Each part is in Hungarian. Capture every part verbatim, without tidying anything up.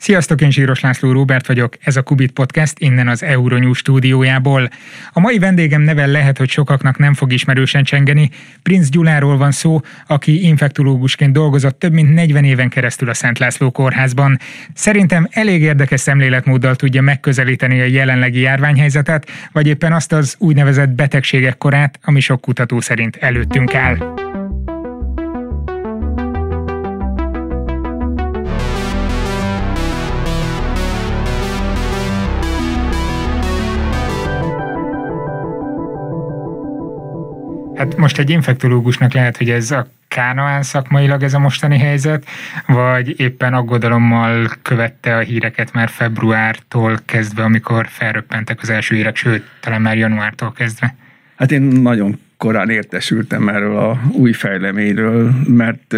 Sziasztok, én Zsíros László Róbert vagyok, ez a Kubit Podcast innen az Euronews stúdiójából. A mai vendégem neve lehet, hogy sokaknak nem fog ismerősen csengeni. Princ Gyuláról van szó, aki infektológusként dolgozott több mint negyven éven keresztül a Szent László kórházban. Szerintem elég érdekes szemléletmóddal tudja megközelíteni a jelenlegi járványhelyzetet, vagy éppen azt az úgynevezett betegségek korát, ami sok kutató szerint előttünk áll. Hát most egy infektológusnak lehet, hogy ez a kánaán szakmailag ez a mostani helyzet, vagy éppen aggodalommal követte a híreket már februártól kezdve, amikor felröppentek az első hírek, sőt, talán már januártól kezdve. Hát én nagyon korán értesültem erről a új fejleményről, mert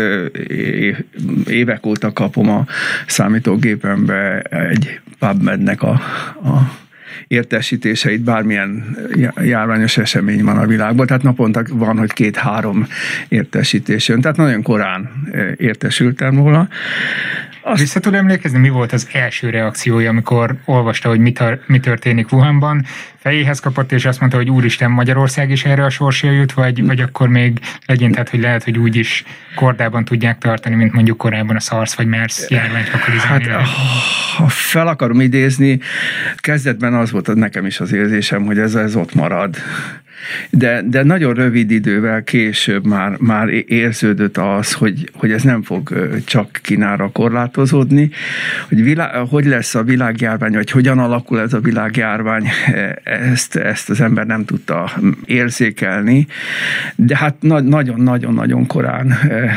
évek óta kapom a számítógépembe egy PubMednek a, a értesítéseit, bármilyen járványos esemény van a világban, tehát naponta van, hogy két-három értesítés jön, tehát nagyon korán értesültem róla. Azt... Vissza tud emlékezni, mi volt az első reakciója, amikor olvasta, hogy mi, tar- mi történik Wuhanban? Fejéhez kapott, és azt mondta, hogy úristen, Magyarország is erre a sorsra jut, vagy, vagy akkor még legyintett, hogy lehet, hogy úgy is kordában tudják tartani, mint mondjuk korábban a SARS vagy MERS járványt lokalizálni? Hát, ha fel akarom idézni, kezdetben az volt az nekem is az érzésem, hogy ez, ez ott marad. De, de nagyon rövid idővel később már, már érződött az, hogy, hogy ez nem fog csak Kínára korlátozódni, hogy, világ, hogy lesz a világjárvány, vagy hogyan alakul ez a világjárvány, ezt, ezt az ember nem tudta érzékelni, de hát nagyon-nagyon-nagyon korán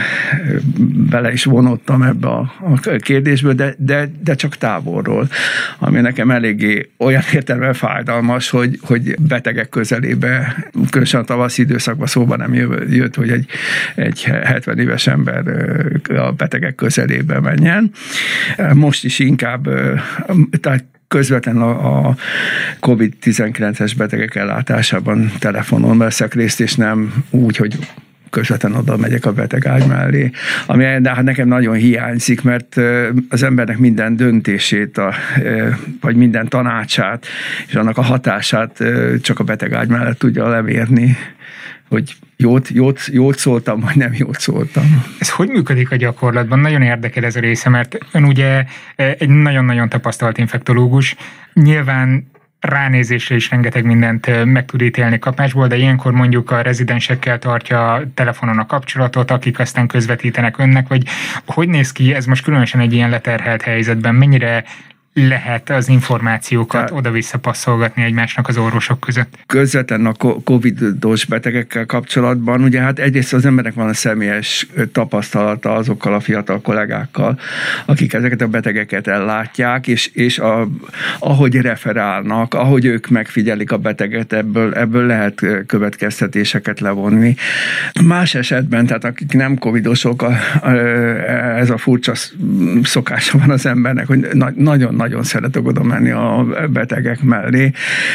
bele is vonottam ebbe a, a kérdésből, de, de, de csak távolról, ami nekem eléggé olyan értelemben fájdalmas, hogy, hogy betegek közelébe, különösen a tavaszi időszakban szóba nem jött, hogy egy, egy hetven éves ember a betegek közelébe menjen. Most is inkább, tehát közvetlenül a kovid tizenkilences betegek ellátásában telefonon veszek részt, és nem úgy, hogy közvetlenül oda megyek a betegágy mellé. Ami de hát nekem nagyon hiányzik, mert az embernek minden döntését, a, vagy minden tanácsát, és annak a hatását csak a betegágy mellett tudja lemérni, hogy jót, jót, jót szóltam, vagy nem jót szóltam. Ez hogy működik a gyakorlatban? Nagyon érdekel ez a része, mert ön ugye egy nagyon-nagyon tapasztalt infektológus. Nyilván ránézésre is rengeteg mindent meg tud ítélni kapásból, de ilyenkor mondjuk a rezidensekkel tartja telefonon a kapcsolatot, akik aztán közvetítenek önnek, vagy hogy néz ki ez most különösen egy ilyen leterhelt helyzetben? Mennyire lehet az információkat Te, oda-vissza passzolgatni egymásnak az orvosok között? Közvetlen a covidos betegekkel kapcsolatban, ugye hát egyrészt az embernek van a személyes tapasztalata azokkal a fiatal kollégákkal, akik ezeket a betegeket ellátják, és, és a, ahogy referálnak, ahogy ők megfigyelik a beteget, ebből, ebből lehet következtetéseket levonni. Más esetben, tehát akik nem covidosok, a, a, ez a furcsa szokása van az embernek, hogy na, nagyon nagyon szeretek oda menni a betegek mellé,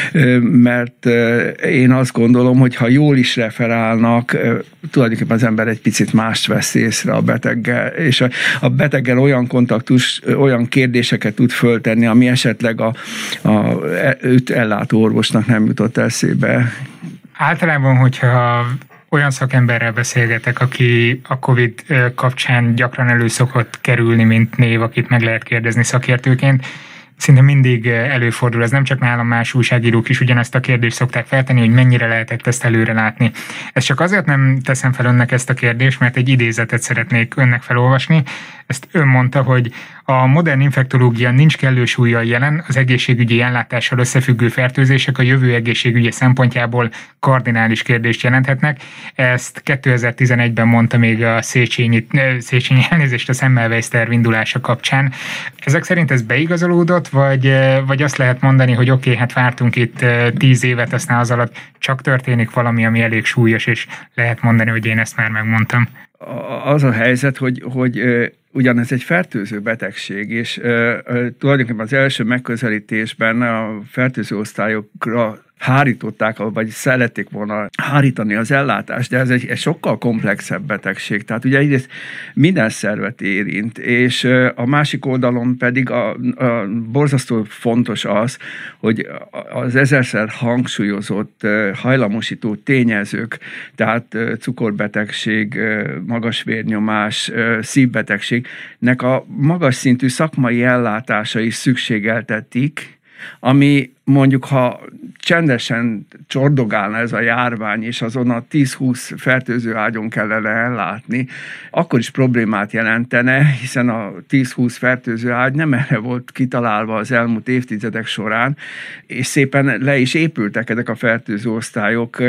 mert én azt gondolom, hogy ha jól is referálnak, tulajdonképpen az ember egy picit mást vesz észre a beteggel, és a beteggel olyan kontaktus, olyan kérdéseket tud föltenni, ami esetleg a, a őt ellátó orvosnak nem jutott eszébe. Általában, hogyha olyan szakemberrel beszélgetek, aki a Covid kapcsán gyakran elő szokott kerülni, mint név, akit meg lehet kérdezni szakértőként. Szinte mindig előfordul, ez nem csak nálam, más újságírók is ugyanezt a kérdést szokták feltenni, hogy mennyire lehetett ezt előre látni. Ezt csak azért nem teszem fel önnek ezt a kérdést, mert egy idézetet szeretnék önnek felolvasni. Ezt ön mondta, hogy a modern infektológia nincs kellő súllyal jelen, az egészségügyi ellátással összefüggő fertőzések a jövő egészségügyi szempontjából kardinális kérdést jelenthetnek. Ezt kétezer-tizenegyben mondta még a Széchenyi, Széchenyi elnézést a Semmelweis terv indulása kapcsán. Ezek szerint ez beigazolódott, vagy, vagy azt lehet mondani, hogy oké, okay, hát vártunk itt tíz évet, aztán az alatt csak történik valami, ami elég súlyos, és lehet mondani, hogy én ezt már megmondtam. Az a helyzet, hogy, hogy ugyanez egy fertőző betegség, és uh, tulajdonképpen az első megközelítésben a fertőző osztályokra hárították, vagy szerették volna hárítani az ellátást, de ez egy, egy sokkal komplexebb betegség. Tehát ugye egyrészt minden szervet érint, és a másik oldalon pedig a, a borzasztó fontos az, hogy az ezerszer hangsúlyozott hajlamosító tényezők, tehát cukorbetegség, magas vérnyomás, szívbetegségnek a magas szintű szakmai ellátása is szükségeltetik, ami mondjuk, ha csendesen csordogálna ez a járvány, és azon a tíz-húsz fertőző ágyon kellene ellátni, akkor is problémát jelentene, hiszen a tíz-húsz fertőző ágy nem erre volt kitalálva az elmúlt évtizedek során, és szépen le is épültek ezek a fertőző osztályok,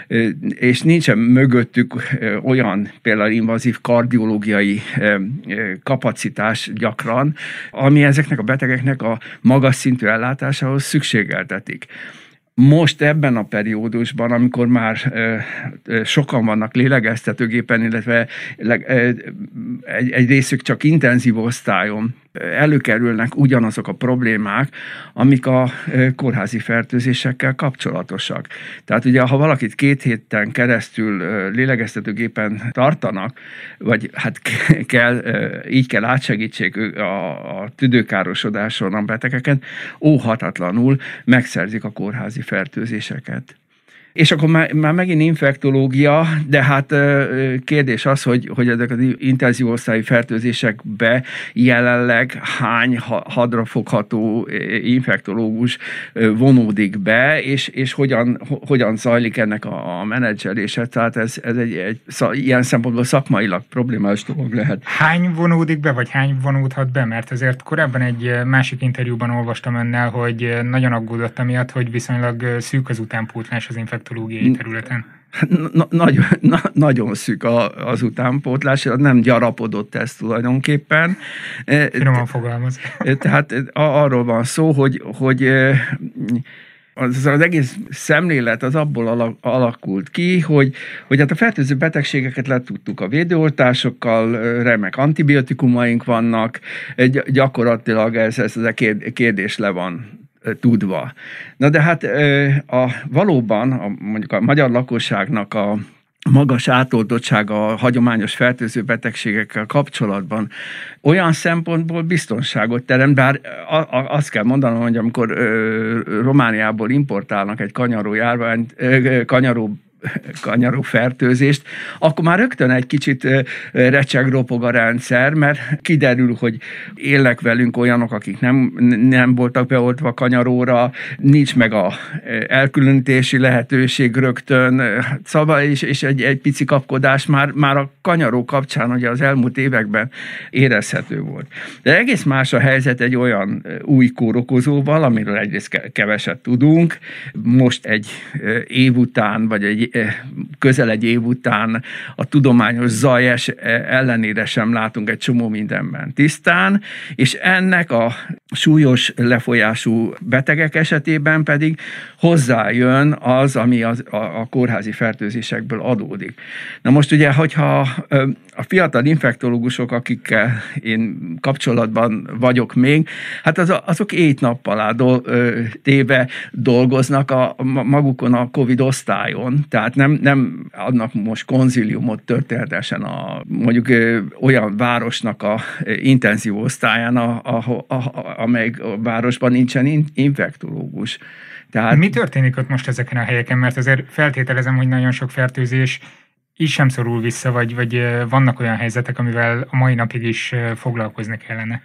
és nincsen mögöttük olyan például invazív kardiológiai kapacitás gyakran, ami ezeknek a betegeknek a magas szintű ellátásához szükségeltetik. Most ebben a periódusban, amikor már ö, sokan vannak lélegeztetőgépen, illetve leg, ö, egy, egy részük csak intenzív osztályon, előkerülnek ugyanazok a problémák, amik a kórházi fertőzésekkel kapcsolatosak. Tehát ugye, ha valakit két héten keresztül lélegeztetőgépen tartanak, vagy hát kell, így kell átsegítsék a, a tüdőkárosodáson a betegeket, óhatatlanul megszerzik a kórházi fertőzéseket. És akkor már, már megint infektológia, de hát kérdés az, hogy, hogy ezek az intenzív osztályi fertőzésekbe jelenleg hány hadrafogható infektológus vonódik be, és, és hogyan, hogyan zajlik ennek a, a menedzselése. Tehát ez, ez egy, egy ilyen szempontból szakmailag problémás dolog lehet. Hány vonódik be, vagy hány vonódhat be? Mert azért korábban egy másik interjúban olvastam önnel, hogy nagyon aggódott amiatt, hogy viszonylag szűk az utánpótlás az infektológiai területen. Na, nagyon, na, nagyon szűk a, az utánpótlás, nem gyarapodott ez tulajdonképpen. Finoman fogalmaz. Tehát arról van szó, hogy, hogy az, az egész szemlélet az abból alakult ki, hogy, hogy hát a fertőző betegségeket letudtuk a védőoltásokkal, remek antibiotikumaink vannak, gyakorlatilag ez, ez a kérdés le van tudva. Na de hát a, valóban a, mondjuk a magyar lakosságnak a magas átoltottsága a hagyományos fertőző betegségekkel kapcsolatban olyan szempontból biztonságot teremt, bár azt kell mondanom, hogy amikor Romániából importálnak egy kanyaró járványt, kanyaró kanyaró fertőzést, akkor már rögtön egy kicsit recseg, ropog a rendszer, mert kiderül, hogy élnek velünk olyanok, akik nem, nem voltak beoltva kanyaróra, nincs meg a elkülönítési lehetőség rögtön, szóval és, és egy, egy pici kapkodás már, már a kanyaró kapcsán ugye az elmúlt években érezhető volt. De egész más a helyzet egy olyan új kórokozóval, amiről egyrészt keveset tudunk. Most egy év után, vagy egy közel egy év után a tudományos zaj ellenére sem látunk egy csomó mindenben tisztán, és ennek a súlyos lefolyású betegek esetében pedig hozzájön az, ami az, a, a kórházi fertőzésekből adódik. Na most ugye, hogyha a fiatal infektológusok, akikkel én kapcsolatban vagyok még, hát az, azok éjt-nap alá do, téve dolgoznak a, magukon a Covid osztályon, tehát nem, nem adnak most konziliumot történetesen a mondjuk olyan városnak a intenzív osztályán, a, a, a, a, amely városban nincsen infektológus. Tehát... Mi történik ott most ezeken a helyeken? Mert azért feltételezem, hogy nagyon sok fertőzés így sem szorul vissza, vagy, vagy vannak olyan helyzetek, amivel a mai napig is foglalkozni kellene.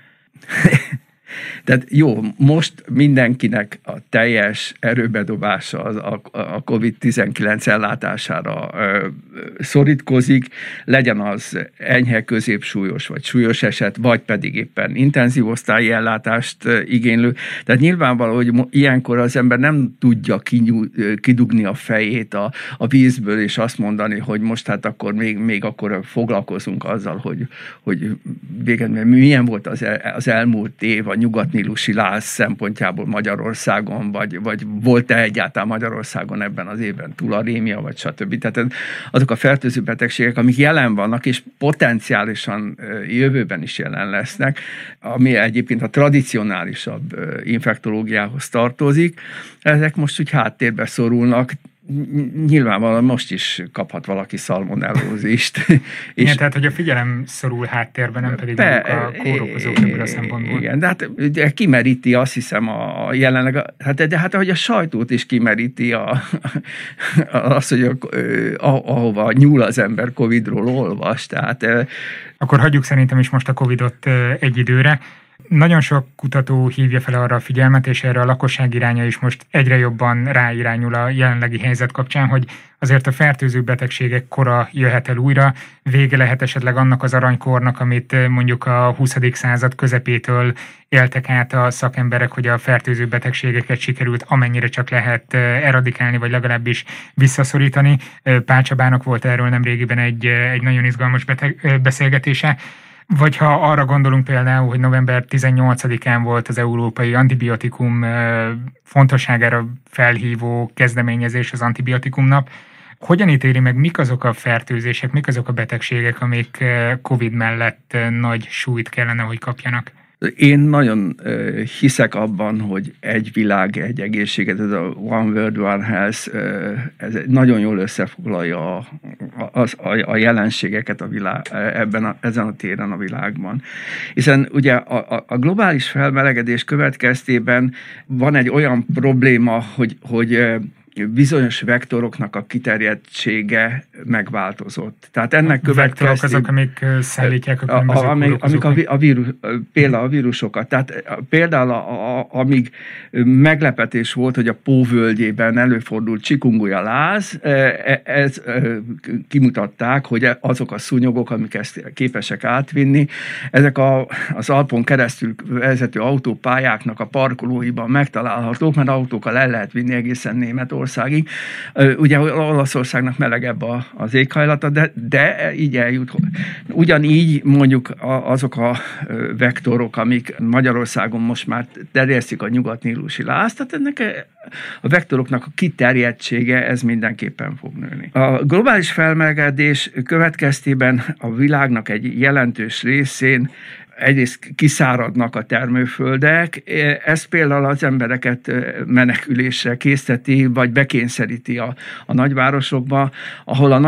Tehát jó, most mindenkinek a teljes erőbedobása az a, a kovid tizenkilenc ellátására ö, szorítkozik, legyen az enyhe, középsúlyos vagy súlyos eset, vagy pedig éppen intenzív osztályi ellátást ö, igénylő. Tehát nyilvánvaló, hogy ilyenkor az ember nem tudja kinyú, kidugni a fejét a, a vízből, és azt mondani, hogy most hát akkor még, még akkor foglalkozunk azzal, hogy, hogy végül milyen volt az, el, az elmúlt év a nyugat nyugat-nílusi láz szempontjából Magyarországon, vagy, vagy volt-e egyáltalán Magyarországon ebben az évben tularémia, vagy stb. Tehát azok a fertőző betegségek, amik jelen vannak, és potenciálisan jövőben is jelen lesznek, ami egyébként a tradicionálisabb infektológiához tartozik, ezek most úgy háttérbe szorulnak. Nyilvánvalóan most is kaphat valaki szalmonellózist. Igen, tehát, hogy a figyelem szorul háttérben, nem pedig be, a kórokozók ebből a szempontból. Igen, de hát de kimeríti, azt hiszem, a jelenleg, hát, de hát ahogy a sajtót is kimeríti a, az, hogy a, ahova nyúl az ember Covidról olvas. Tehát, akkor hagyjuk szerintem is most a Covidot egy időre. Nagyon sok kutató hívja fel arra a figyelmet, és erre a lakosság iránya is most egyre jobban ráirányul a jelenlegi helyzet kapcsán, hogy azért a fertőző betegségek kora jöhet el újra, vége lehet esetleg annak az aranykornak, amit mondjuk a huszadik század közepétől éltek át a szakemberek, hogy a fertőző betegségeket sikerült amennyire csak lehet eradikálni, vagy legalábbis visszaszorítani. Pál Csabának volt erről nemrégiben egy, egy nagyon izgalmas beteg, beszélgetése. Vagy ha arra gondolunk például, hogy november tizennyolcadikán volt az Európai Antibiotikum fontosságára felhívó kezdeményezés, az Antibiotikumnap, hogyan ítéli meg, mik azok a fertőzések, mik azok a betegségek, amik Covid mellett nagy súlyt kellene, hogy kapjanak? Én nagyon uh, hiszek abban, hogy egy világ, egy egészséget, ez a One World, One Health, uh, ez nagyon jól összefoglalja a, a, a, a jelenségeket a világ, ebben a, ezen a téren a világban. Hiszen ugye a, a globális felmelegedés következtében van egy olyan probléma, hogy, hogy bizonyos vektoroknak a kiterjedtsége megváltozott. Tehát ennek következtében... Vektorok azok, amik szállítják a különböző amik, amik a, a vírus, például a vírusokat. Tehát például a, a, amíg meglepetés volt, hogy a Pó völgyében előfordult chikungunya láz, ez kimutatták, hogy azok a szúnyogok, amik ezt képesek átvinni, ezek a, az Alpon keresztül vezető autópályáknak a parkolóiban megtalálhatók, mert autókkal el lehet vinni egészen Németországig. Országig. Ugye Olaszországnak melegebb a, az éghajlata, de, de így eljut. Ugyanígy mondjuk azok a vektorok, amik Magyarországon most már terjesztik a nyugat-nílusi lázt, tehát ennek a vektoroknak a kiterjedtsége, ez mindenképpen fog nőni. A globális felmelegedés következtében a világnak egy jelentős részén egyrészt kiszáradnak a termőföldek, ez például az embereket menekülésre készteti, vagy bekényszeríti a, a nagyvárosokba, ahol a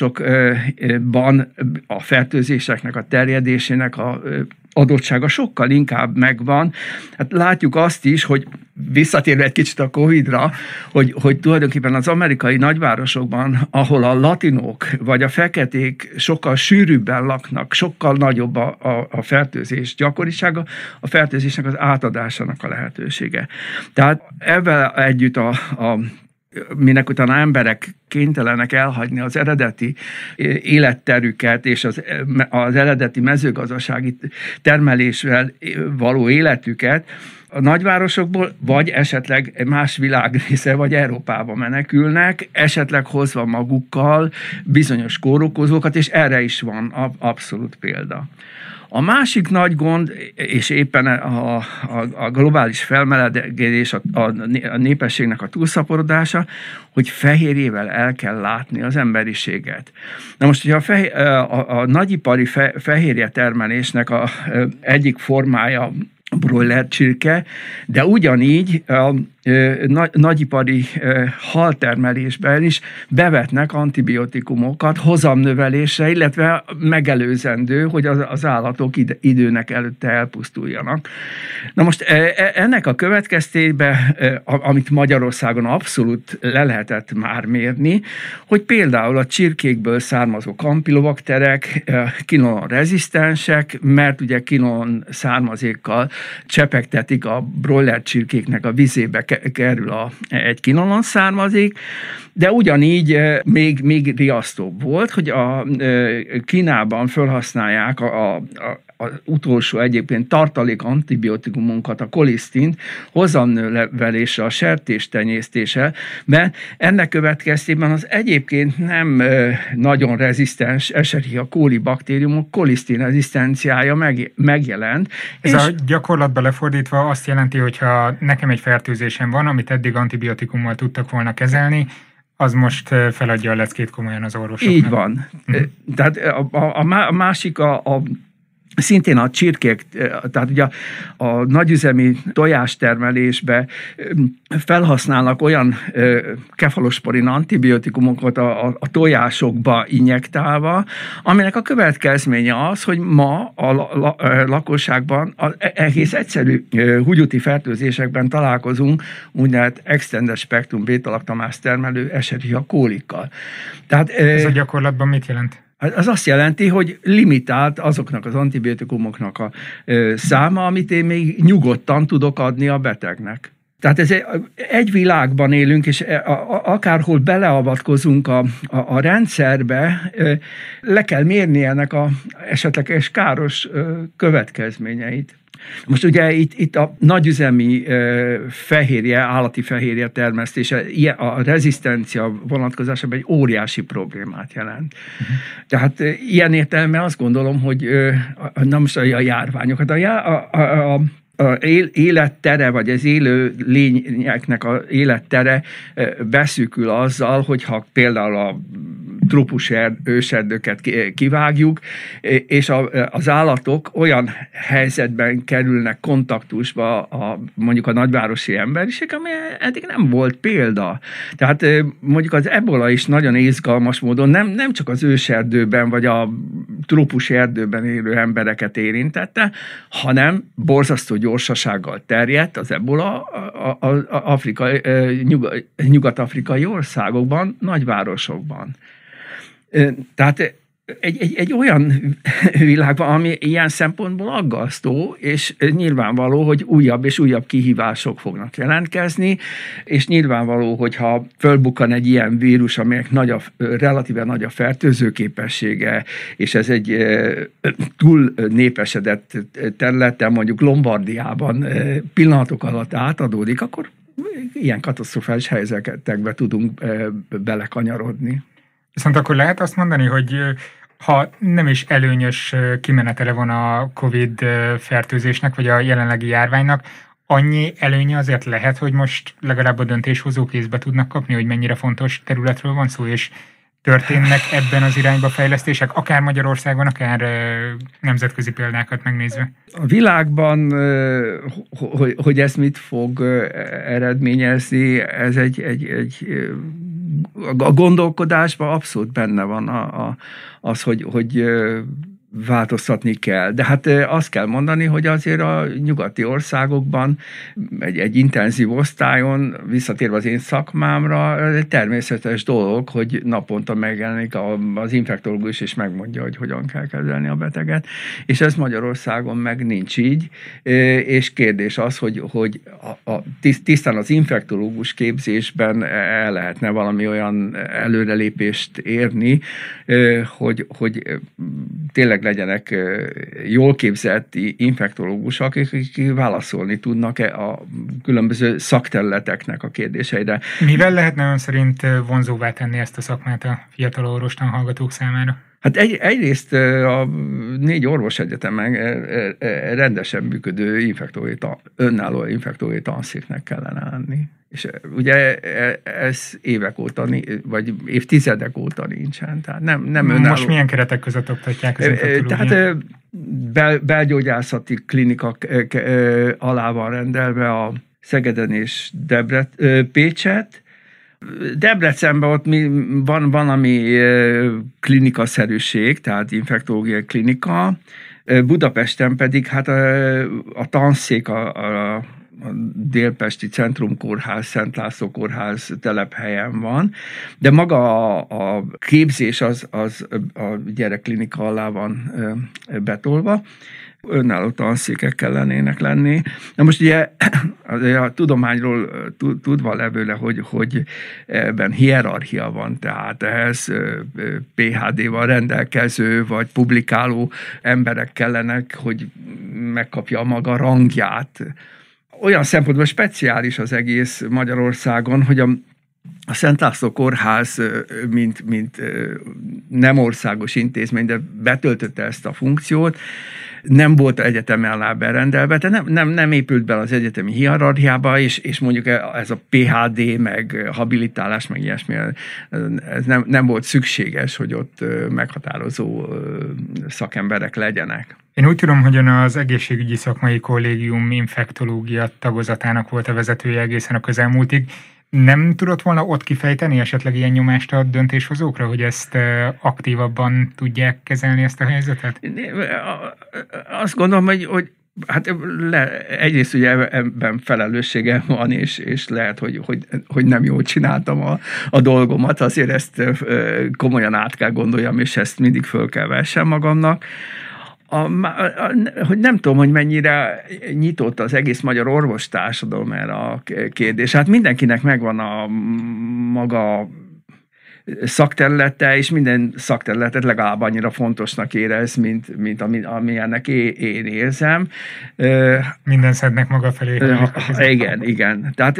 nagyvárosokban a fertőzéseknek a terjedésének a adottsága sokkal inkább megvan. Hát látjuk azt is, hogy visszatérve egy kicsit a Covidra, hogy, hogy tulajdonképpen az amerikai nagyvárosokban, ahol a latinok vagy a feketék sokkal sűrűbben laknak, sokkal nagyobb a, a, a fertőzés gyakorisága, a fertőzésnek az átadásának a lehetősége. Tehát ebben együtt a, a minek utána emberek kénytelenek elhagyni az eredeti életterüket és az, az eredeti mezőgazdasági termelésvel való életüket, a nagyvárosokból vagy esetleg más világrésze, vagy Európába menekülnek, esetleg hozva magukkal bizonyos kórokozókat, és erre is van abszolút példa. A másik nagy gond, és éppen a, a, a globális felmelegedés, a, a népességnek a túlszaporodása, hogy fehérjével el kell látni az emberiséget. Na most, hogyha a, fehér, a, a nagyipari fe, fehérje termelésnek a, a egyik formája broiler csirke, de ugyanígy a Nagy, nagyipari haltermelésben is bevetnek antibiotikumokat hozamnövelésre, illetve megelőzendő, hogy az, az állatok id, időnek előtte elpusztuljanak. Na most ennek a következtében, amit Magyarországon abszolút le lehetett már mérni, hogy például a csirkékből származó kampilobakterek kinolon rezisztensek, mert ugye kinolon származékkal csepegtetik a broiler csirkéknek a vizébe kerül a, egy kinolon származék, de ugyanígy még, még riasztóbb volt, hogy a Kínában felhasználják a, a, az utolsó egyébként tartalék antibiotikumunkat, a kolisztint hozamnövelésre, a sertéstenyésztése, mert ennek következtében az egyébként nem nagyon rezisztens Escherichia coli baktériumok kolisztin rezisztenciája meg, megjelent. Ez a gyakorlatban lefordítva azt jelenti, hogyha nekem egy fertőzésem van, amit eddig antibiotikummal tudtak volna kezelni, az most feladja a leckét komolyan az orvosoknak. Így van. Mm. Tehát a, a, a másik a, a szintén a csirkék, tehát ugye a, a nagyüzemi tojástermelésbe felhasználnak olyan kefalosporin antibiotikumokat a, a, a tojásokba injektálva, aminek a következménye az, hogy ma a la, la, lakosságban az egész egyszerű húgyúti fertőzésekben találkozunk úgynevezett extended spektrum bétalaktamás termelő Escherichia colikkal. Tehát, ez a gyakorlatban mit jelent? Az azt jelenti, hogy limitált azoknak az antibiotikumoknak a ö, száma, amit én még nyugodtan tudok adni a betegnek. Tehát ez egy, egy világban élünk, és a, a, akárhol beleavatkozunk a, a, a rendszerbe, ö, le kell mérni ennek a esetleges káros ö, következményeit. Most ugye itt, itt a nagyüzemi e, fehérje, állati fehérje termesztése, a rezisztencia vonatkozásában egy óriási problémát jelent. Uh-huh. Tehát e, ilyen értelemben azt gondolom, hogy e, na most a járványokat, a, a, a, a a élettere, vagy az élő lényeknek az élettere beszűkül azzal, hogyha például a trópusi őserdőket kivágjuk, és az állatok olyan helyzetben kerülnek kontaktusba a, mondjuk a nagyvárosi emberiség, ami eddig nem volt példa. Tehát mondjuk az ebola is nagyon izgalmas módon nem, nem csak az őserdőben, vagy a trópusi erdőben élő embereket érintette, hanem borzasztó gyorsasággal terjedt az ebola az afrikai, nyugat-afrikai országokban, nagyvárosokban. Tehát egy, egy, egy olyan világban, ami ilyen szempontból aggasztó, és nyilvánvaló, hogy újabb és újabb kihívások fognak jelentkezni, és nyilvánvaló, hogyha fölbukkan egy ilyen vírus, amelyek nagy a, relatíve nagy a fertőző képessége, és ez egy túl népesedett területen, mondjuk Lombardiában pillanatok alatt átadódik, akkor ilyen katasztrofális helyzetekbe tudunk belekanyarodni. Viszont akkor lehet azt mondani, hogy ha nem is előnyös kimenetele van a Covid fertőzésnek, vagy a jelenlegi járványnak, annyi előnye azért lehet, hogy most legalább a döntéshozók észbe tudnak kapni, hogy mennyire fontos területről van szó, és történnek ebben az irányba fejlesztések, akár Magyarországon, akár nemzetközi példákat megnézve? A világban, hogy, hogy ez mit fog eredményezni, ez egy, egy, egy a gondolkodásban abszolút benne van a, a, az, hogy, hogy változtatni kell. De hát azt kell mondani, hogy azért a nyugati országokban egy, egy intenzív osztályon, visszatérve az én szakmámra, ez egy természetes dolog, hogy naponta megjelenik az infektológus, és megmondja, hogy hogyan kell kezelni a beteget. És ez Magyarországon meg nincs így, és kérdés az, hogy, hogy a, a, tisztán az infektológus képzésben el lehetne valami olyan előrelépést érni, hogy, hogy tényleg legyenek jól képzett infektológusok, akik válaszolni tudnak a különböző szakterületeknek a kérdéseire. Mivel lehetne ön szerint vonzóvá tenni ezt a szakmát a fiatal orvostan hallgatók számára? Hát egy, egyrészt a négy orvosegyetemen rendesen működő infektológiai, önálló infektológiai tanszéknek kellene lenni. És ugye ez évek óta, vagy évtizedek óta nincsen. Tehát nem, nem önálló. Most milyen keretek között oktatják az infektológiát? Tehát bel, belgyógyászati klinika alá van rendelve a Szegeden és Debret, Pécset. Debrecenben ott mi, van valami klinikaszerűség, tehát infektológiai klinika. Budapesten pedig hát a, a tanszék, a, a, a Délpesti Centrumkórház, Szent László Kórház telephelyen van, de maga a, a képzés az, az a gyerekklinika alá van betolva. Önálló tanszékek kellenének lenni. Na most ugye a tudományról tudva levőle, hogy, hogy ebben hierarchia van, tehát ehhez pé há dé-val rendelkező vagy publikáló emberek kellenek, hogy megkapja a maga rangját. Olyan szempontból speciális az egész Magyarországon, hogy a A Szent László Kórház, mint, mint nem országos intézmény, de betöltötte ezt a funkciót, nem volt egyetem alá berendelve, de nem, nem, nem épült be az egyetemi hierarchiába, és, és mondjuk ez a pé há dé, meg habilitálás, meg ilyesmi, ez nem, nem volt szükséges, hogy ott meghatározó szakemberek legyenek. Én úgy tudom, hogy ön az Egészségügyi Szakmai Kollégium infektológia tagozatának volt a vezetője egészen a közelmúltig. Nem tudott volna ott kifejteni esetleg ilyen nyomást a döntéshozókra, hogy ezt aktívabban tudják kezelni ezt a helyzetet? Azt gondolom, hogy, hogy hát le, egyrészt ugye ebben felelőssége van, és, és lehet, hogy, hogy, hogy nem jól csináltam a, a dolgomat, azért ezt komolyan át kell gondoljam, és ezt mindig föl kell vessem magamnak. A, a, hogy nem tudom, hogy mennyire nyitott az egész magyar orvostársadalom erre a kérdés. Hát mindenkinek megvan a maga szakterülete, és minden szakterületet legalább annyira fontosnak érez, mint, mint ami, amilyennek én érzem. Minden szednek maga felé. Igen, igen. Tehát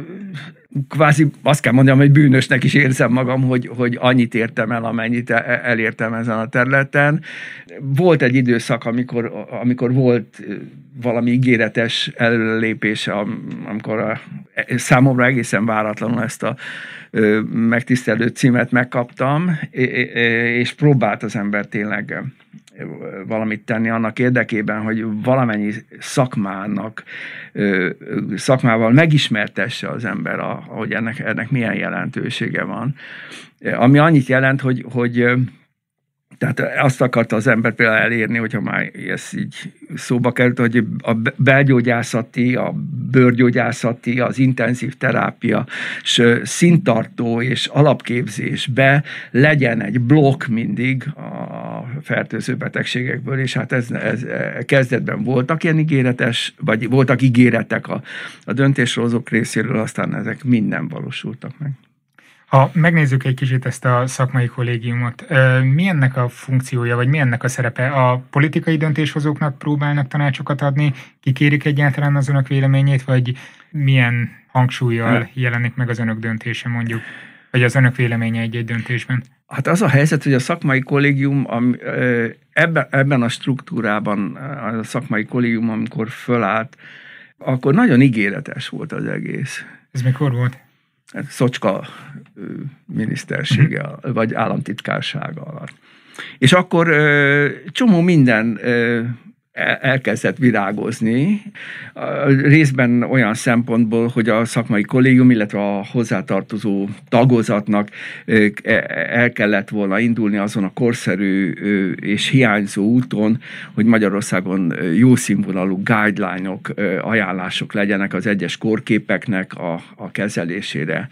kvázi azt kell mondjam, hogy bűnösnek is érzem magam, hogy, hogy annyit értem el, amennyit elértem ezen a területen. Volt egy időszak, amikor, amikor volt valami ígéretes előlépés, amikor a, számomra egészen váratlanul ezt a megtisztelő címet megkaptam, és próbált az ember tényleg valamit tenni annak érdekében, hogy valamennyi szakmának, szakmával megismertesse az ember, hogy ennek, ennek milyen jelentősége van. Ami annyit jelent, hogy, hogy tehát azt akarta az ember például elérni, hogyha már ez így szóba került, hogy a belgyógyászati, a bőrgyógyászati, az intenzív terápia és színtartó és alapképzésbe legyen egy blokk mindig a fertőző betegségekből, és hát ez, ez kezdetben voltak ilyen ígéretes, vagy voltak ígéretek a, a döntéshozók részéről, aztán ezek mind nem valósultak meg. Ha megnézzük egy kicsit ezt a szakmai kollégiumot, mi ennek a funkciója, vagy mi ennek a szerepe? A politikai döntéshozóknak próbálnak tanácsokat adni? Kikérik egyáltalán az önök véleményét, vagy milyen hangsúllyal jelenik meg az önök döntése mondjuk, vagy az önök véleménye egy-egy döntésben? Hát az a helyzet, hogy a szakmai kollégium ebben, ebben a struktúrában, a szakmai kollégium, amikor fölállt, akkor nagyon ígéretes volt az egész. Ez mikor volt? Szocska minisztersége, uh-huh. vagy államtitkársága alatt. És akkor ö, csomó minden ö, elkezdett virágozni, részben olyan szempontból, hogy a szakmai kollégium, illetve a hozzátartozó tagozatnak el kellett volna indulni azon a korszerű és hiányzó úton, hogy Magyarországon jó színvonalú guideline-ok, ajánlások legyenek az egyes kórképeknek a, a kezelésére.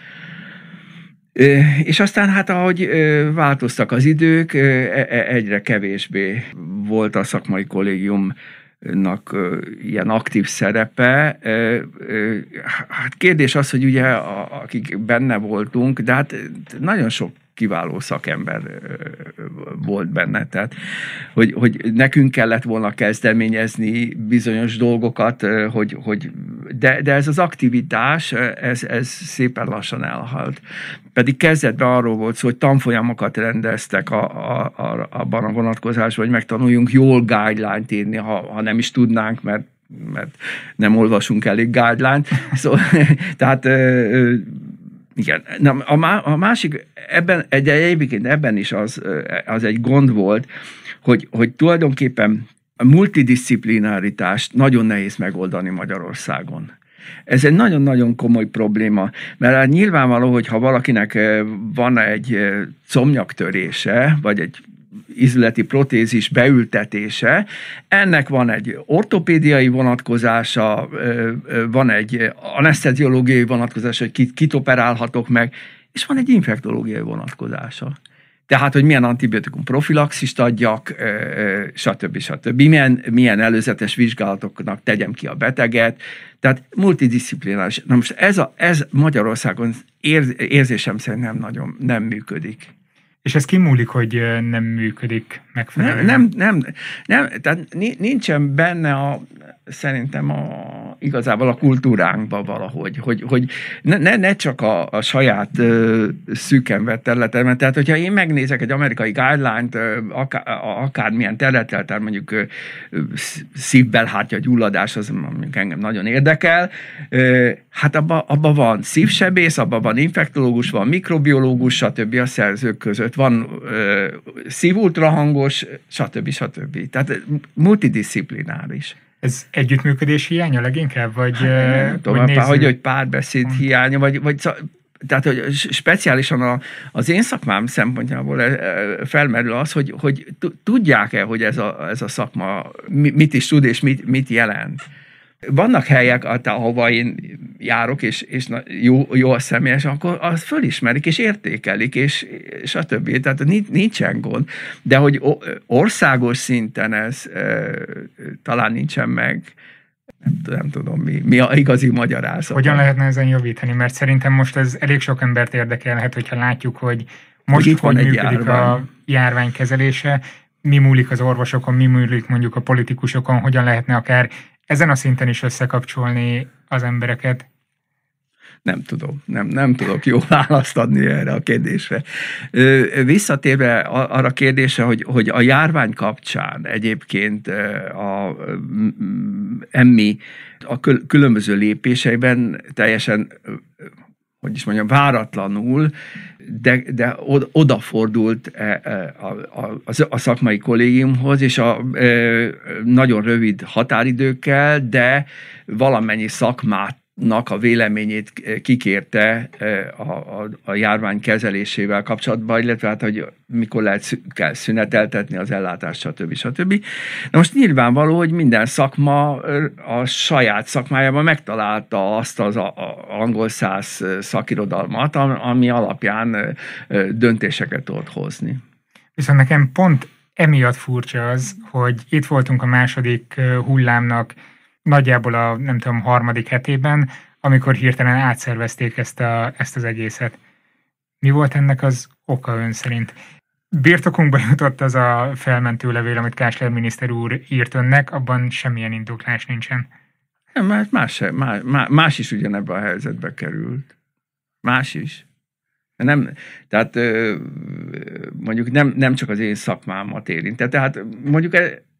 És aztán hát ahogy változtak az idők, egyre kevésbé volt a szakmai kollégiumnak ilyen aktív szerepe. Hát kérdés az, hogy ugye akik benne voltunk, de hát nagyon sok kiváló szakember volt benne, tehát hogy, hogy nekünk kellett volna kezdeményezni bizonyos dolgokat, hogy, hogy de, de ez az aktivitás, ez, ez szépen lassan elhalt. Pedig kezdetben arról volt szó, hogy tanfolyamokat rendeztek a, a, a, abban a vonatkozásban, hogy megtanuljunk jól guideline-t írni, ha, ha nem is tudnánk, mert, mert nem olvasunk elég guideline-t. Szóval, tehát igen. Na, a másik, ebben, egyébként ebben is az, az egy gond volt, hogy, hogy tulajdonképpen a multidisziplinaриtást nagyon nehéz megoldani Magyarországon. Ez egy nagyon-nagyon komoly probléma, mert nyilvánvaló, hogy ha valakinek van egy combnyaktörése, vagy egy izületi protézis beültetése, ennek van egy ortopédiai vonatkozása, van egy aneszteziológiai vonatkozása, hogy kit, kit operálhatok meg, és van egy infektológiai vonatkozása. Tehát, hogy milyen antibiotikum profilaxist adjak, stb. stb. Milyen, milyen előzetes vizsgálatoknak tegyem ki a beteget. Tehát multidisziplináris. Na most ez, a, ez Magyarországon ér, érzésem szerint nem nagyon nem működik. És ez kimúlik, hogy nem működik megfelelően? Nem, nem, nem, nem tehát nincsen benne a, szerintem a, igazából a kultúránkban valahogy, hogy, hogy ne, ne csak a, a saját uh, szűken vett területen, tehát hogyha én megnézek egy amerikai guideline-t, uh, akár, akármilyen területtel, tehát mondjuk uh, szívbelhártya gyulladás, az mondjuk engem nagyon érdekel, uh, hát abban abba van szívsebész, abban van infektológus, van mikrobiológus, stb. A szerzők között, van uh, szívultrahangos, stb. stb. Tehát multidisziplináris. Ez együttműködés hiánya leginkább? Vagy, hát, nem tudom, nézzük... hogy, hogy párbeszéd hmm. hiánya, vagy, vagy tehát, hogy speciálisan a, az én szakmám szempontjából felmerül az, hogy, hogy tudják-e, hogy ez a, ez a szakma mit is tud, és mit, mit jelent. Vannak helyek, ahova én járok, és, és jó, jó a személyes, akkor azt fölismerik, és értékelik, és, és a többi. Tehát nincsen gond. De hogy országos szinten ez e, talán nincsen meg, nem, nem tudom, mi, mi a igazi magyarázat. Hogyan lehetne ezen javítani? Mert szerintem most ez elég sok embert érdekelhet, hogyha látjuk, hogy most hogy, hogy működik járvány. A járvány kezelése, mi múlik az orvosokon, mi múlik mondjuk a politikusokon, hogyan lehetne akár ezen a szinten is összekapcsolni az embereket? Nem tudom, nem, nem tudok jó választ adni erre a kérdésre. Visszatérve arra a kérdésre, hogy, hogy a járvány kapcsán egyébként a emmi a különböző lépéseiben teljesen, hogy is mondjam, váratlanul, de, de odafordult a, a, a szakmai kollégiumhoz, és a nagyon rövid határidőkkel, de valamennyi szakmát a véleményét kikérte a, a, a járvány kezelésével kapcsolatban, illetve hát, hogy mikor lehet kell szüneteltetni az ellátást, stb. stb. Na most nyilvánvaló, hogy minden szakma a saját szakmájában megtalálta azt az a, a angol száz szakirodalmat, ami alapján döntéseket tud hozni. Viszont nekem pont emiatt furcsa az, hogy itt voltunk a második hullámnak nagyjából a, nem tudom, harmadik hetében, amikor hirtelen átszervezték ezt, a, ezt az egészet. Mi volt ennek az oka ön szerint? Birtokunkba jutott az a felmentő levél, amit Kásler miniszter úr írt önnek, abban semmilyen indoklás nincsen. Nem, mert más, más, más is ugyanebben a helyzetbe került. Más is. Nem, tehát mondjuk nem, nem csak az én szakmámat érint. Tehát mondjuk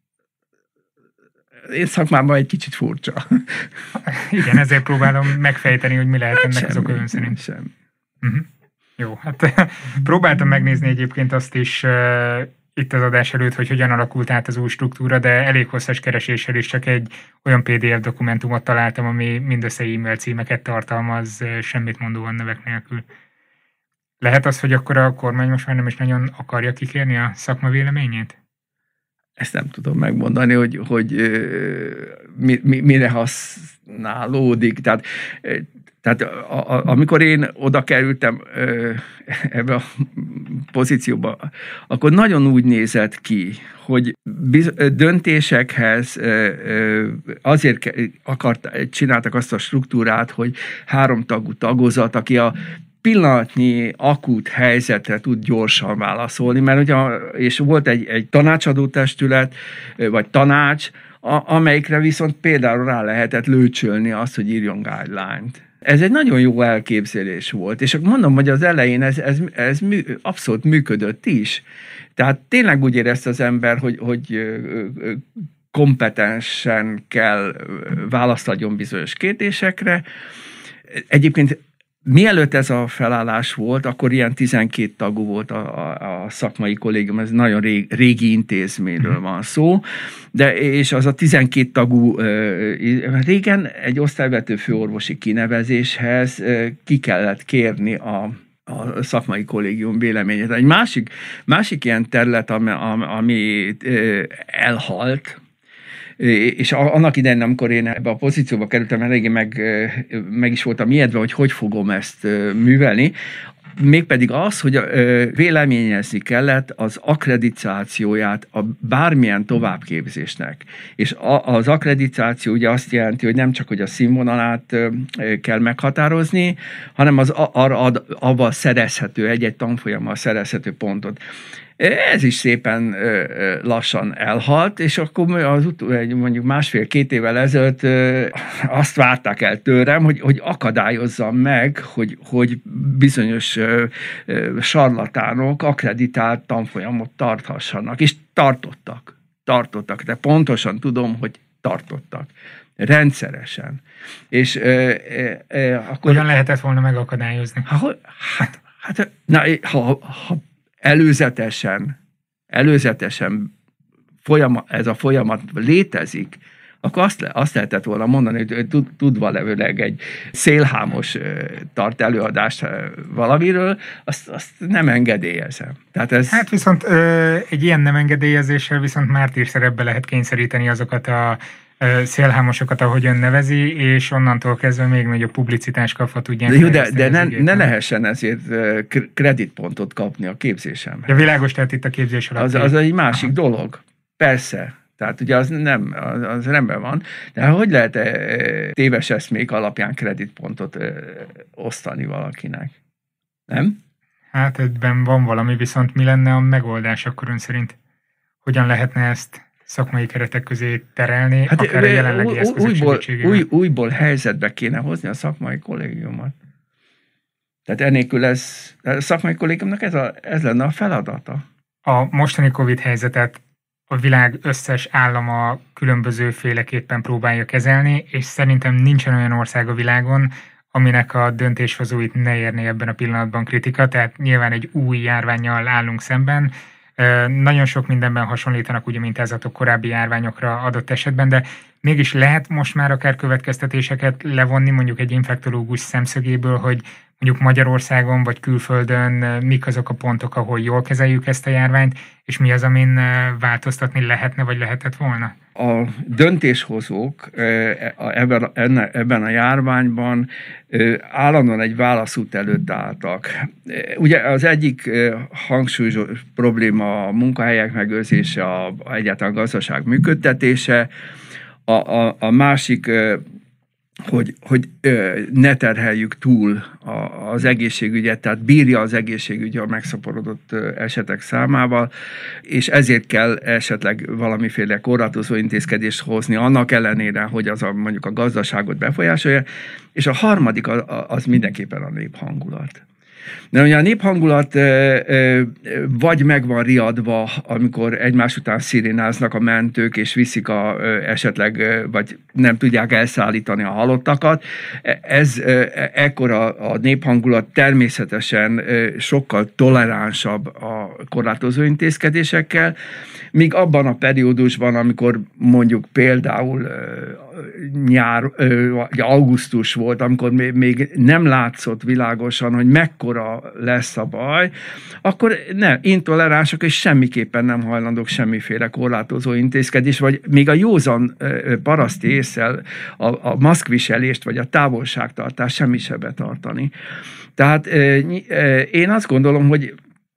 én szakmában egy kicsit furcsa. Igen, ezért próbálom megfejteni, hogy mi lehet ennek semmi, az oka ön szerint. Sem. Uh-huh. Jó, hát próbáltam megnézni egyébként azt is uh, itt az adás előtt, hogy hogyan alakult át az új struktúra, de elég hosszas kereséssel is csak egy olyan pé dé ef dokumentumot találtam, ami mindössze e-mail címeket tartalmaz, semmit mondóan nevek nélkül. Lehet az, hogy akkor a kormány most már nem is nagyon akarja kikérni a szakma véleményét? Ezt nem tudom megmondani, hogy, hogy mi, mi, mire használódik. Tehát, tehát a, a, amikor én oda kerültem ebbe a pozícióba, akkor nagyon úgy nézett ki, hogy biz, döntésekhez azért akart, csináltak azt a struktúrát, hogy háromtagú tagozat, aki a pillanatnyi akut helyzetre tud gyorsan válaszolni, mert ugye, és volt egy, egy tanácsadó testület, vagy tanács, a, amelyikre viszont például rá lehetett lőcsölni azt, hogy írjon guideline-t. Ez egy nagyon jó elképzelés volt, és mondom, hogy az elején ez, ez, ez mű, abszolút működött is. Tehát tényleg úgy érezte az ember, hogy, hogy kompetensen kell választ adjon bizonyos kérdésekre. Egyébként mielőtt ez a felállás volt, akkor ilyen tizenkét tagú volt a, a, a szakmai kollégium, ez nagyon régi, régi intézményről van szó, de és az a tizenkét tagú, régen egy osztályvezető főorvosi kinevezéshez ki kellett kérni a a szakmai kollégium véleményét. Egy másik, másik ilyen terület, ami, ami elhalt, és annak idején, amikor én ebbe a pozícióba kerültem, eléggé meg, meg is voltam ijedve, hogy hogy fogom ezt művelni. mégpedig az, hogy véleményezni kellett az akkreditációját a bármilyen továbbképzésnek. És az akkreditáció ugye azt jelenti, hogy nem csak, hogy a színvonalát kell meghatározni, hanem az abban szerezhető, egy-egy tanfolyammal szerezhető pontot. Ez is szépen lassan elhalt, és akkor az ut- mondjuk másfél-két évvel ezelőtt azt várták el tőlem, hogy, hogy akadályozzam meg, hogy, hogy bizonyos sarlatánok akkreditált tanfolyamot tarthassanak, és tartottak. Tartottak, de pontosan tudom, hogy tartottak. Rendszeresen. És e, e, akkor... Hogyan lehetett volna megakadályozni? Ha, hát, hát na, ha, ha előzetesen, előzetesen folyama, ez a folyamat létezik, akkor azt, le, azt lehetett volna mondani, hogy tud, tudva levőleg egy szélhámos tart előadást valamiről, azt, azt nem engedélyezem. Tehát ez... Hát viszont ö, egy ilyen nem engedélyezéssel viszont mártírszerepbe lehet kényszeríteni azokat a szélhámosokat, ahogy ön nevezi, és onnantól kezdve még nagyobb publicitást kapva tudják. Jó, de, de ne, ne lehessen ezért kreditpontot kapni a képzésemben. Ja, világos, tehát itt a képzés alatt. Az, az egy másik Aha. dolog. Persze. Tehát ugye az nem, az, az rendben van, de hogy lehet téves eszmék alapján kreditpontot osztani valakinek? Nem? Hát ebben van valami, viszont mi lenne a megoldás akkor ön szerint? Hogyan lehetne ezt szakmai keretek közé terelni, hát akár a jelenlegi eszközök újból, segítségével? Új, újból helyzetbe kéne hozni a szakmai kollégiumot. Tehát ennélkül ez, a szakmai kollégiumnak ez, a, ez lenne a feladata. A mostani Covid helyzetet a világ összes állama különbözőféleképpen próbálja kezelni, és szerintem nincsen olyan ország a világon, aminek a döntéshozóit ne érné ebben a pillanatban kritika, tehát nyilván egy új járvánnyal állunk szemben. Nagyon sok mindenben hasonlítanak, ugye, mint ezatok korábbi járványokra adott esetben, de mégis lehet most már akár következtetéseket levonni mondjuk egy infektológus szemszögéből, hogy mondjuk Magyarországon vagy külföldön mik azok a pontok, ahol jól kezeljük ezt a járványt, és mi az, amin változtatni lehetne, vagy lehetett volna? A döntéshozók ebben, ebben a járványban állandóan egy válaszút előtt álltak. Ugye az egyik hangsúlyos probléma a munkahelyek megőrzése, a, egyáltalán a gazdaság működtetése, a, a, a másik, hogy, hogy ne terheljük túl az egészségügyet, tehát bírja az egészségügy a megszaporodott esetek számával, és ezért kell esetleg valamiféle korlátozó intézkedést hozni, annak ellenére, hogy az a, mondjuk a gazdaságot befolyásolja, és a harmadik az mindenképpen a néphangulat. De ugye a néphangulat vagy meg van riadva, amikor egymás után szirénáznak a mentők, és viszik a, esetleg, vagy nem tudják elszállítani a halottakat. Ez ekkor a, a néphangulat természetesen sokkal toleránsabb a korlátozó intézkedésekkel, míg abban a periódusban, amikor mondjuk például nyár, vagy augusztus volt, amikor még nem látszott világosan, hogy mekkora lesz a baj, akkor nem, intoleránsak, és semmiképpen nem hajlandók semmiféle korlátozó intézkedés, vagy még a józan paraszti ésszel a, a maszkviselést, vagy a távolságtartást semmi se betartani. Tehát én azt gondolom, hogy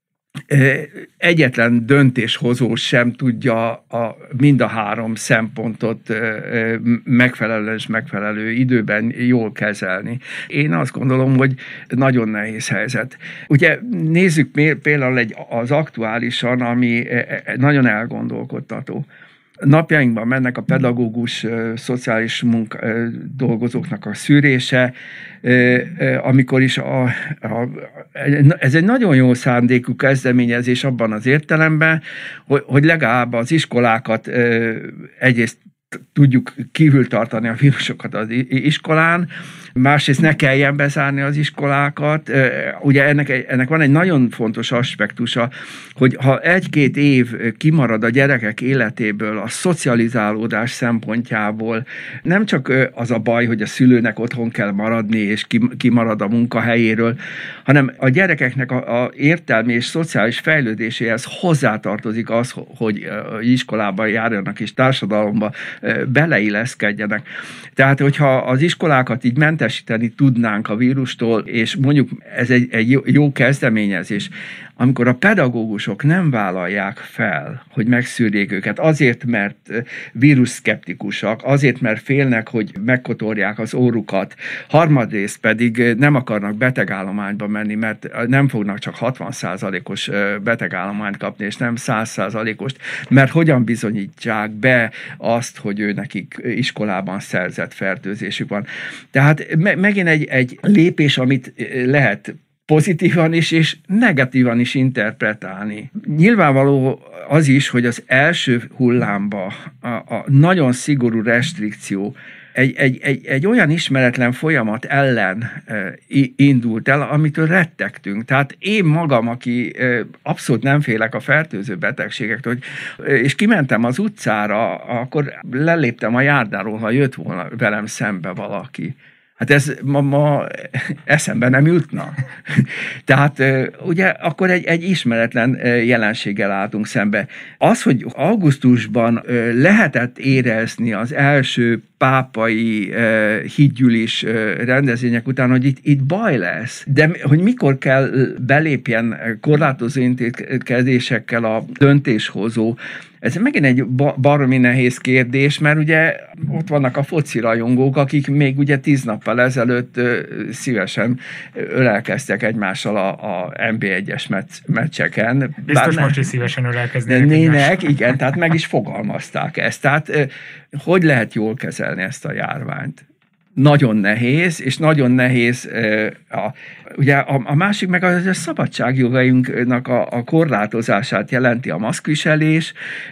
egyetlen döntéshozó sem tudja a, mind a három szempontot megfelelő és megfelelő időben jól kezelni. Én azt gondolom, hogy nagyon nehéz helyzet. Ugye nézzük például egy, az aktuálisan, ami nagyon elgondolkodtató. Napjainkban mennek a pedagógus, szociális munka, dolgozóknak a szűrése, amikor is a, a, ez egy nagyon jó szándékú kezdeményezés abban az értelemben, hogy, hogy legalább az iskolákat egyrészt tudjuk kívül tartani a vírusokat az iskolán, másrészt ne kelljen bezárni az iskolákat. Ugye ennek, ennek van egy nagyon fontos aspektusa, hogy ha egy-két év kimarad a gyerekek életéből a szocializálódás szempontjából, nem csak az a baj, hogy a szülőnek otthon kell maradni, és kimarad a munkahelyéről, hanem a gyerekeknek a, a értelmi és szociális fejlődéséhez hozzátartozik az, hogy iskolában járjanak és társadalomba beleilleszkedjenek. Tehát, hogyha az iskolákat így mentesíteni tudnánk a vírustól, és mondjuk ez egy, egy jó kezdeményezés, amikor a pedagógusok nem vállalják fel, hogy megszűrjék őket, azért, mert vírusszkeptikusak, azért, mert félnek, hogy megkotorják az órukat, harmadrészt pedig nem akarnak betegállományba menni, mert nem fognak csak hatvan százalékos betegállományt kapni, és nem száz százalékost, mert hogyan bizonyítják be azt, hogy ő nekik iskolában szerzett fertőzésük van. Tehát me- megint egy, egy lépés, amit lehet pozitívan is és negatívan is interpretálni. Nyilvánvaló az is, hogy az első hullámba a, a nagyon szigorú restrikció egy, egy, egy, egy olyan ismeretlen folyamat ellen e, indult el, amitől rettegtünk. Tehát én magam, aki e, abszolút nem félek a fertőző betegségektől, hogy, e, és kimentem az utcára, akkor leléptem a járdáról, ha jött volna velem szembe valaki. Hát ez ma, ma eszembe nem jutna. Tehát ugye akkor egy, egy ismeretlen jelenséggel álltunk szembe. Az, hogy augusztusban lehetett érezni az első pápai uh, hídgyűlés uh, rendezvények után, hogy itt, itt baj lesz. De hogy mikor kell belépjen korlátozó intézkedésekkel a döntéshozó, ez megint egy baromi nehéz kérdés, mert ugye ott vannak a foci rajongók, akik még ugye tíz nappal ezelőtt uh, szívesen ölelkeztek egymással a, a en bé egyes meccseken. Biztos most is szívesen ölelkeznének egymással. Igen, tehát meg is fogalmazták ezt. Tehát uh, hogy lehet jól kezelni ezt a járványt? Nagyon nehéz, és nagyon nehéz a, ugye a, a másik meg a szabadságjogainknak a, a korlátozását jelenti a maszkviselés,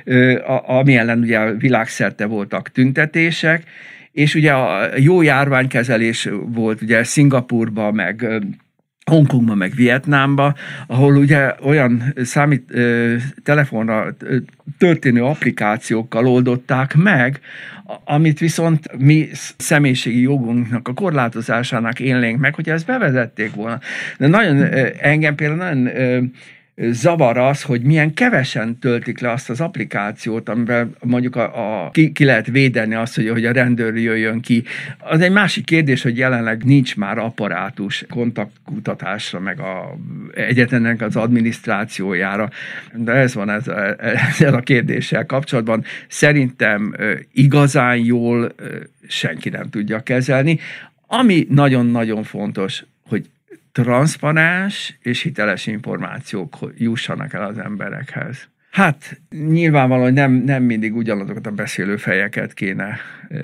a, ami ellen ugye világszerte voltak tüntetések, és ugye a jó járványkezelés volt ugye Szingapurban, meg Hongkongban, meg Vietnámban, ahol ugye olyan számít telefonra történő applikációkkal oldották meg, amit viszont mi személyiségi jogunknak a korlátozásának élnénk meg, hogy ezt bevezették volna. De nagyon engem például nagyon zavar az, hogy milyen kevesen töltik le azt az applikációt, amivel mondjuk a, a, ki, ki lehet védeni azt, hogy, hogy a rendőr jöjjön ki. Az egy másik kérdés, hogy jelenleg nincs már apparátus kontaktkutatásra, meg a egyetemnek az adminisztrációjára. De ez van ezzel, ezzel a kérdéssel kapcsolatban. Szerintem igazán jól senki nem tudja kezelni. Ami nagyon-nagyon fontos, hogy transzparens és hiteles információk jussanak el az emberekhez. Hát nyilvánvalóan nem, nem mindig ugyanazokat a beszélő fejeket kéne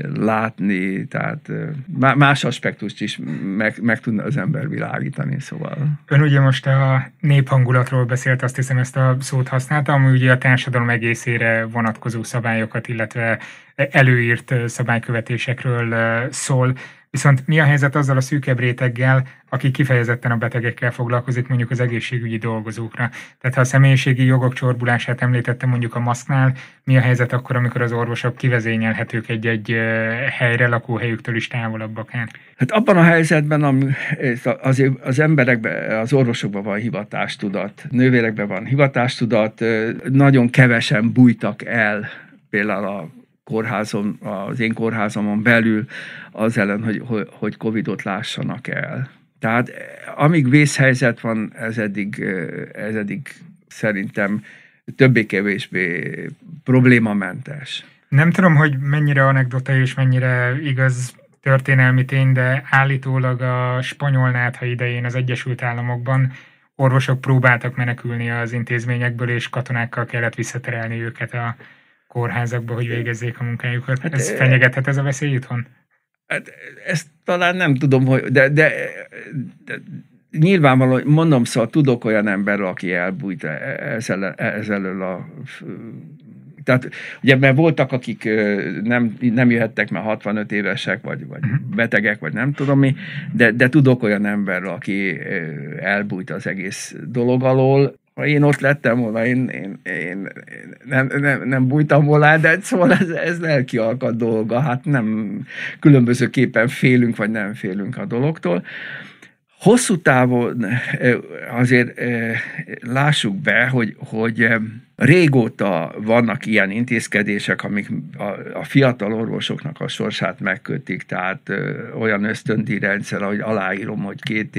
látni, tehát más aspektust is meg, meg tudna az ember világítani, szóval. Ön ugye most a néphangulatról beszélt, azt hiszem ezt a szót használta, ami ugye a társadalom egészére vonatkozó szabályokat, illetve előírt szabálykövetésekről szól. Viszont mi a helyzet azzal a szűkebb réteggel, aki kifejezetten a betegekkel foglalkozik, mondjuk az egészségügyi dolgozókra? Tehát ha a személyiségi jogok csorbulását említettem mondjuk a maszknál, mi a helyzet akkor, amikor az orvosok kivezényelhetők egy-egy helyre, lakóhelyüktől is távolabb akár? Hát abban a helyzetben azért az emberekben, az orvosokban van hivatástudat, nővérekben van hivatástudat, nagyon kevesen bújtak el például a kórházon, az én kórházamon belül az ellen, hogy, hogy Covidot lássanak el. Tehát amíg vészhelyzet van, ez eddig, ez eddig szerintem többé-kevésbé problémamentes. Nem tudom, hogy mennyire anekdota és mennyire igaz történelmi tény, de állítólag a spanyol nátha idején az Egyesült Államokban orvosok próbáltak menekülni az intézményekből, és katonákkal kellett visszaterelni őket a kórházakba, hogy végezzék a munkájukat. Hát, ez fenyegethet ez a veszély itthon? Hát ezt talán nem tudom, hogy de, de, de nyilvánvalóan, mondom, szóval tudok olyan emberről, aki elbújt ezzel, ezzel a... Tehát ugye, mert voltak, akik nem, nem jöhettek, mert hatvanöt évesek, vagy, vagy betegek, vagy nem tudom mi, de, de tudok olyan emberről, aki elbújt az egész dolog alól. Ha én ott lettem volna, én, én, én nem, nem, nem bújtam volna, de szóval ez, ez lelki alkat dolga, hát nem különbözőképpen félünk, vagy nem félünk a dologtól. Hosszú távon azért lássuk be, hogy, hogy régóta vannak ilyen intézkedések, amik a fiatal orvosoknak a sorsát megkötik, tehát olyan ösztöndíj rendszer, ahogy aláírom, hogy két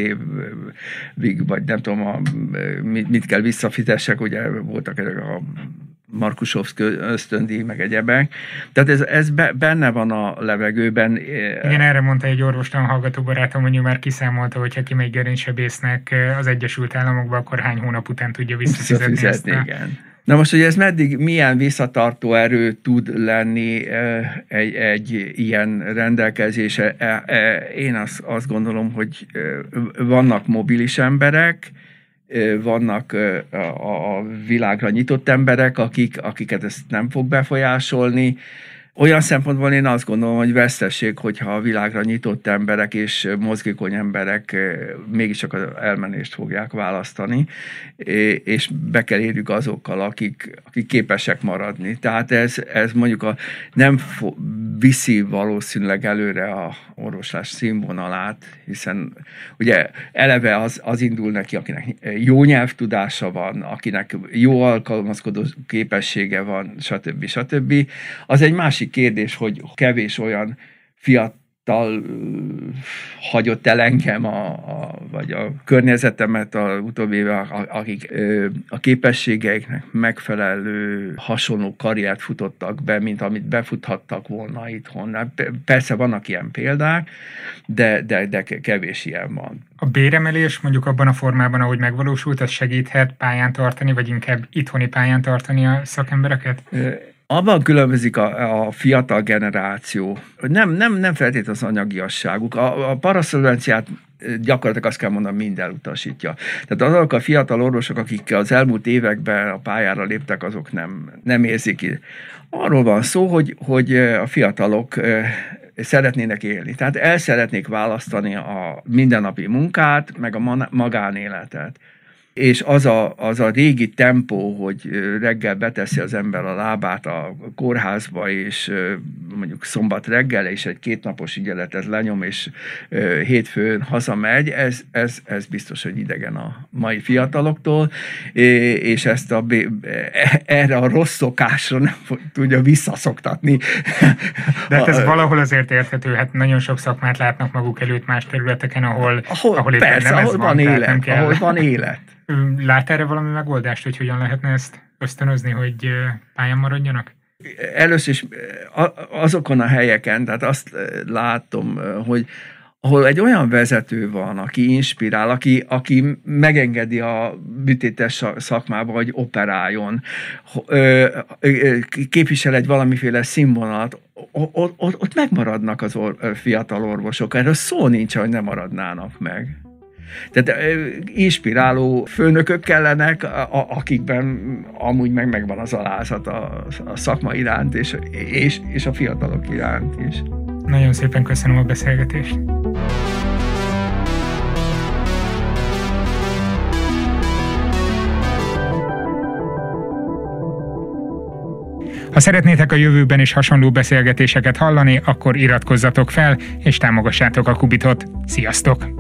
évig, vagy nem tudom, a, mit kell visszafizessek, ugye voltak ezek a Markusovszki ösztöndíj, meg egyebek. Tehát ez, ez benne van a levegőben. Igen, erre mondta egy orvostan hallgató barátom, hogy már kiszámolta, hogy ha kimegy gerincsebésznek az Egyesült Államokba, akkor hány hónap után tudja visszafizetni ezt. Igen. Na most, hogy ez meddig milyen visszatartó erő tud lenni egy, egy ilyen rendelkezése, én azt, azt gondolom, hogy vannak mobilis emberek, vannak a világra nyitott emberek, akik, akiket ezt nem fog befolyásolni. Olyan szempontból én azt gondolom, hogy vesztesség, hogyha a világra nyitott emberek és mozgékony emberek mégiscsak az elmenést fogják választani, és be kell érjük azokkal, akik, akik képesek maradni. Tehát ez, ez mondjuk a, nem fo- viszi valószínűleg előre a orvoslás színvonalát, hiszen ugye eleve az, az indul neki, akinek jó nyelvtudása van, akinek jó alkalmazkodó képessége van, stb. stb. Az egy másik kérdés, hogy kevés olyan fiatal hagyott el engem, a, a, vagy a környezetemet a utóbbi évben, akik a képességeiknek megfelelő hasonló karriert futottak be, mint amit befuthattak volna itthon. Persze vannak ilyen példák, de, de, de kevés ilyen van. A béremelés mondjuk abban a formában, ahogy megvalósult, az segíthet pályán tartani, vagy inkább itthoni pályán tartani a szakembereket? Abban különbözik a, a fiatal generáció. Nem, nem, nem feltétlenül az anyagiasságuk. A, a paraszolvenciát gyakorlatilag azt kell mondani, mind elutasítja. Tehát azok a fiatal orvosok, akik az elmúlt években a pályára léptek, azok nem, nem érzik. Arról van szó, hogy, hogy a fiatalok szeretnének élni. Tehát el szeretnék választani a mindennapi munkát, meg a magánéletet. És az a, az a régi tempó, hogy reggel beteszi az ember a lábát a kórházba, és mondjuk szombat reggel, és egy kétnapos ügyeletet lenyom, és hétfőn hazamegy, ez, ez, ez biztos, hogy idegen a mai fiataloktól, és ezt a, erre a rossz szokásra nem tudja visszaszoktatni. De hát ez valahol azért érthető, hát nagyon sok szakmát látnak maguk előtt más területeken, ahol, ahol, ahol persze, nem ahol ez van, van, élet, ahol van élet. Lát erre valami megoldást, hogy hogyan lehetne ezt ösztönözni, hogy pályán maradjanak? Először is azokon a helyeken, tehát azt látom, hogy ahol egy olyan vezető van, aki inspirál, aki, aki megengedi a műtétes szakmába, hogy operáljon, képvisel egy valamiféle színvonalat, ott, ott megmaradnak az or, fiatal orvosok. Erről szó nincs, hogy nem maradnának meg. Tehát inspiráló főnökök kellenek, akikben amúgy meg megvan az alázat a, a szakma iránt, és, és, és a fiatalok iránt is. Nagyon szépen köszönöm a beszélgetést. Ha szeretnétek a jövőben is hasonló beszélgetéseket hallani, akkor iratkozzatok fel, és támogassátok a Kubitot. Sziasztok!